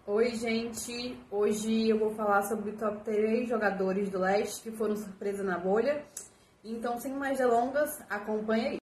Oi, gente! Hoje eu vou falar sobre o top 3 jogadores do leste que foram surpresa na bolha. Então, sem mais delongas, acompanha aí.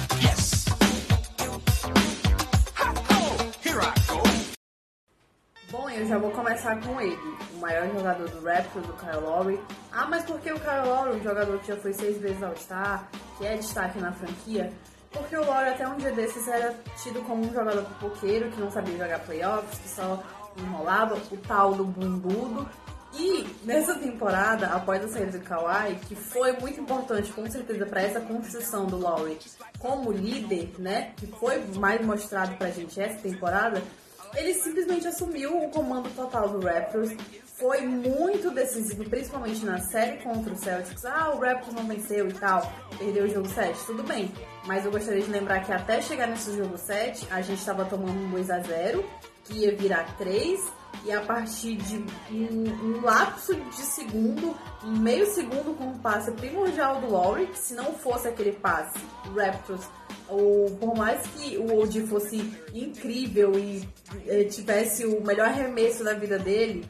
Bom, eu já vou começar com ele, o maior jogador do Raptors, o Kyle Lowry. Ah, mas por que o Kyle Lowry, um jogador que já foi 6 vezes All-Star, que é destaque na franquia? Porque o Lowry até um dia desses era tido como um jogador pipoqueiro, que não sabia jogar playoffs, que só enrolava, o tal do bumbudo. E nessa temporada, após a saída do Kawhi, que foi muito importante com certeza para essa construção do Lowry como líder, né, que foi mais mostrado pra gente essa temporada, ele simplesmente assumiu o comando total do Raptors, foi muito decisivo, principalmente na série contra o Celtics. O Raptors não venceu e tal, perdeu o jogo 7, tudo bem. Mas eu gostaria de lembrar que até chegar nesse jogo 7, a gente estava tomando um 2-0, que ia virar 3, e a partir de um lapso de segundo, meio segundo com um passe primordial do Lowry, que se não fosse aquele passe, o Raptors, por mais que o OG fosse incrível e tivesse o melhor arremesso da vida dele,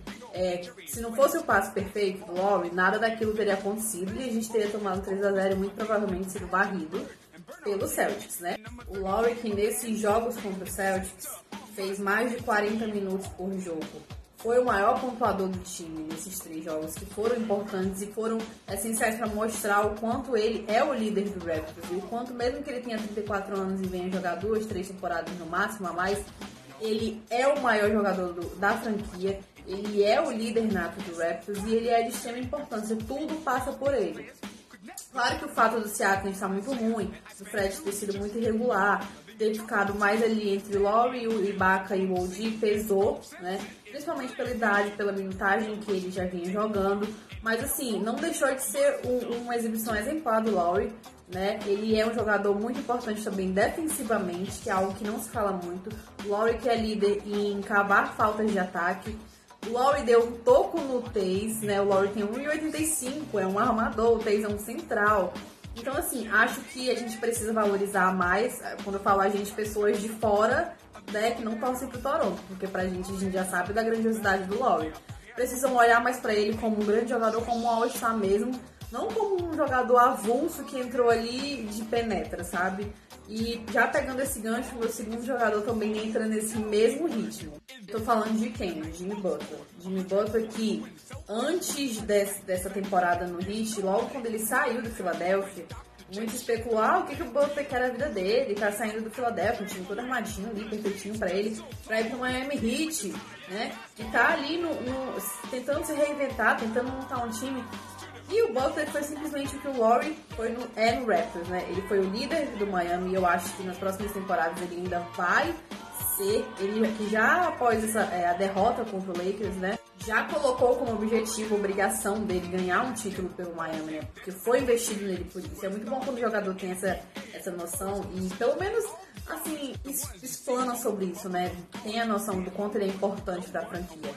se não fosse o passe perfeito do Lowry, nada daquilo teria acontecido e a gente teria tomado 3-0 e muito provavelmente sido barrido pelo Celtics, né? O Lowry, que nesses jogos contra o Celtics fez mais de 40 minutos por jogo, foi o maior pontuador do time nesses 3 jogos, que foram importantes e foram essenciais para mostrar o quanto ele é o líder do Raptors e o quanto, mesmo que ele tenha 34 anos e venha jogar 2, 3 temporadas no máximo a mais, ele é o maior jogador da franquia, ele é o líder nato do Raptors e ele é de extrema importância, tudo passa por ele. Claro que o fato do Siakam estar muito ruim, do Fred ter sido muito irregular, ter ficado mais ali entre o Lowry, o Ibaka e o OG pesou, né? Principalmente pela idade, pela minutagem que ele já vinha jogando. Mas assim, não deixou de ser uma exibição exemplar do Lowry, né? Ele é um jogador muito importante também defensivamente, que é algo que não se fala muito. O Lowry que é líder em cavar faltas de ataque. O Lowry deu um toco no Taze, né? O Lowry tem 1,85, é um armador, o Taze é um central. Então, assim, acho que a gente precisa valorizar mais, quando eu falo a gente, pessoas de fora, né, que não torcem pro Toronto, porque a gente já sabe da grandiosidade do Lowry. Precisam olhar mais pra ele como um grande jogador, como um All-Star mesmo, não como um jogador avulso que entrou ali de penetra, sabe? E já pegando esse gancho, meu segundo jogador também entra nesse mesmo ritmo. Tô falando de quem? Jimmy Butler. Jimmy Butler que antes dessa temporada no Heat, logo quando ele saiu do Philadelphia, muito especulou, o que o Butler quer a vida dele, tá saindo do Philadelphia, um time todo armadinho ali, perfeitinho pra ele, pra ir pro Miami Heat, né? E tá ali tentando se reinventar, tentando montar um time. E o Butler foi simplesmente o que o Lowry foi no Raptors, né? Ele foi o líder do Miami e eu acho que nas próximas temporadas ele ainda vai ser. Ele que já após a derrota contra o Lakers, né? Já colocou como objetivo, obrigação dele ganhar um título pelo Miami, né? Porque foi investido nele por isso. É muito bom quando o jogador tem essa noção e pelo menos, assim, explana sobre isso, né? Tem a noção do quanto ele é importante para a franquia.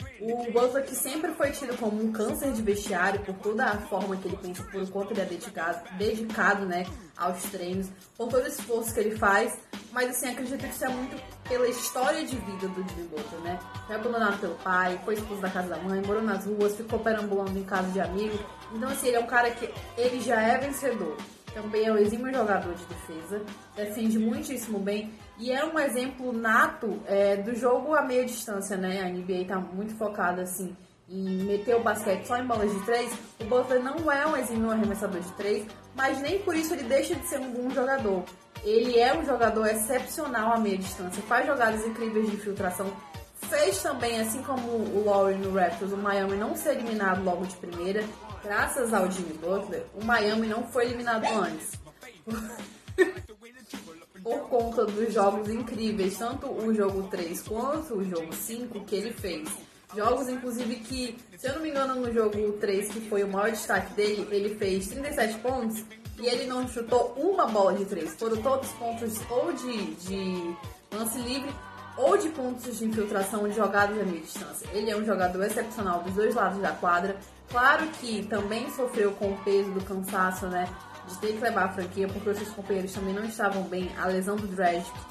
O Butler que sempre foi tido como um câncer de vestiário por toda a forma que ele pensa, por quanto ele é dedicado, né, aos treinos, por todo o esforço que ele faz, mas assim, acredito que isso é muito pela história de vida do Jimmy Butler, né? Foi abandonado pelo pai, foi expulso da casa da mãe, morou nas ruas, ficou perambulando em casa de amigos, então assim, ele é um cara que ele já é vencedor. Também é um exímio jogador de defesa, defende muitíssimo bem e é um exemplo nato do jogo a meia distância, né? A NBA tá muito focada assim em meter o basquete só em bolas de 3. O Butler não é um exímio arremessador de 3, mas nem por isso ele deixa de ser um bom jogador. Ele é um jogador excepcional a meia distância, faz jogadas incríveis de infiltração. Fez também, assim como o Lowry no Raptors, o Miami não ser eliminado logo de primeira. Graças ao Jimmy Butler, o Miami não foi eliminado antes. Por conta dos jogos incríveis, tanto o jogo 3 quanto o jogo 5 que ele fez. Jogos, inclusive, que, se eu não me engano, no jogo 3, que foi o maior destaque dele, ele fez 37 pontos e ele não chutou uma bola de 3. Foram todos pontos ou de lance livre ou de pontos de infiltração de jogadas a meia distância. Ele é um jogador excepcional dos dois lados da quadra. Claro que também sofreu com o peso do cansaço, né, de ter que levar a franquia, porque os seus companheiros também não estavam bem. A lesão do Dragic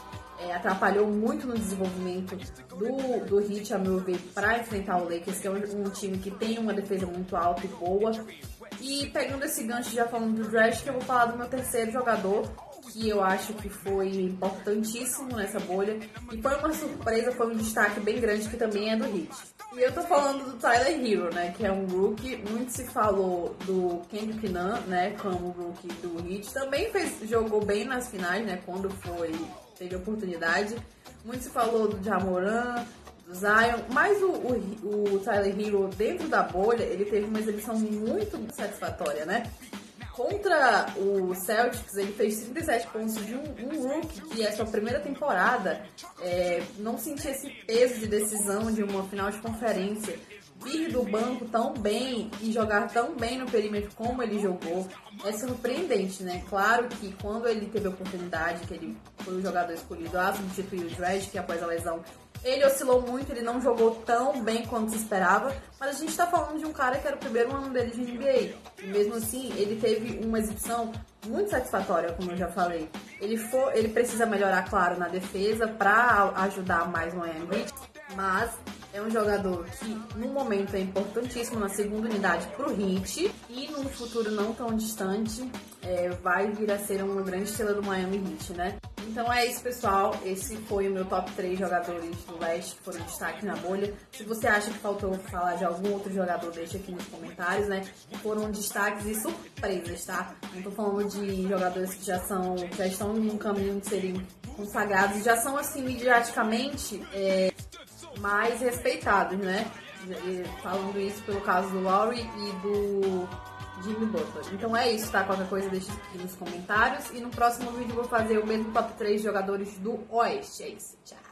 atrapalhou muito no desenvolvimento do Heat, a meu ver, para enfrentar o Lakers, que é um time que tem uma defesa muito alta e boa. E pegando esse gancho, já falando do draft, que eu vou falar do meu terceiro jogador, que eu acho que foi importantíssimo nessa bolha. E foi uma surpresa, foi um destaque bem grande, que também é do Heat. E eu tô falando do Tyler Hero, né, que é um rookie. Muito se falou do Kendrick Nunn, né, como rookie do Heat. Também jogou bem nas finais, né, quando teve oportunidade. Muito se falou do Ja Morant, do Zion, mas o Tyler Hero, dentro da bolha, ele teve uma exibição muito satisfatória, né? Contra o Celtics, ele fez 37 pontos de um rookie, que é sua primeira temporada. Não sentir esse peso de decisão de uma final de conferência, vir do banco tão bem e jogar tão bem no perímetro como ele jogou, é surpreendente, né? Claro que quando ele teve a oportunidade, que ele foi o jogador escolhido a substituir o Dredd, que após a lesão ele oscilou muito, ele não jogou tão bem quanto se esperava, mas a gente tá falando de um cara que era o primeiro ano dele de NBA. E mesmo assim, ele teve uma exibição muito satisfatória, como eu já falei. Ele precisa melhorar, claro, na defesa para ajudar mais o Miami Heat, mas é um jogador que, no momento, é importantíssimo na segunda unidade pro Heat e, num futuro não tão distante, vai vir a ser uma grande estrela do Miami Heat, né? Então é isso, pessoal. Esse foi o meu top 3 jogadores do leste que foram destaque na bolha. Se você acha que faltou falar de algum outro jogador, deixa aqui nos comentários, né? Foram destaques e surpresas, tá? Não tô falando de jogadores que já estão num caminho de serem consagrados, já são, assim, midiaticamente mais respeitados, né? Falando isso pelo caso do Lowry e do Jimmy Butler. Então é isso, tá? Qualquer coisa deixa aqui nos comentários. E no próximo vídeo eu vou fazer o mesmo top 3 jogadores do Oeste. É isso, tchau!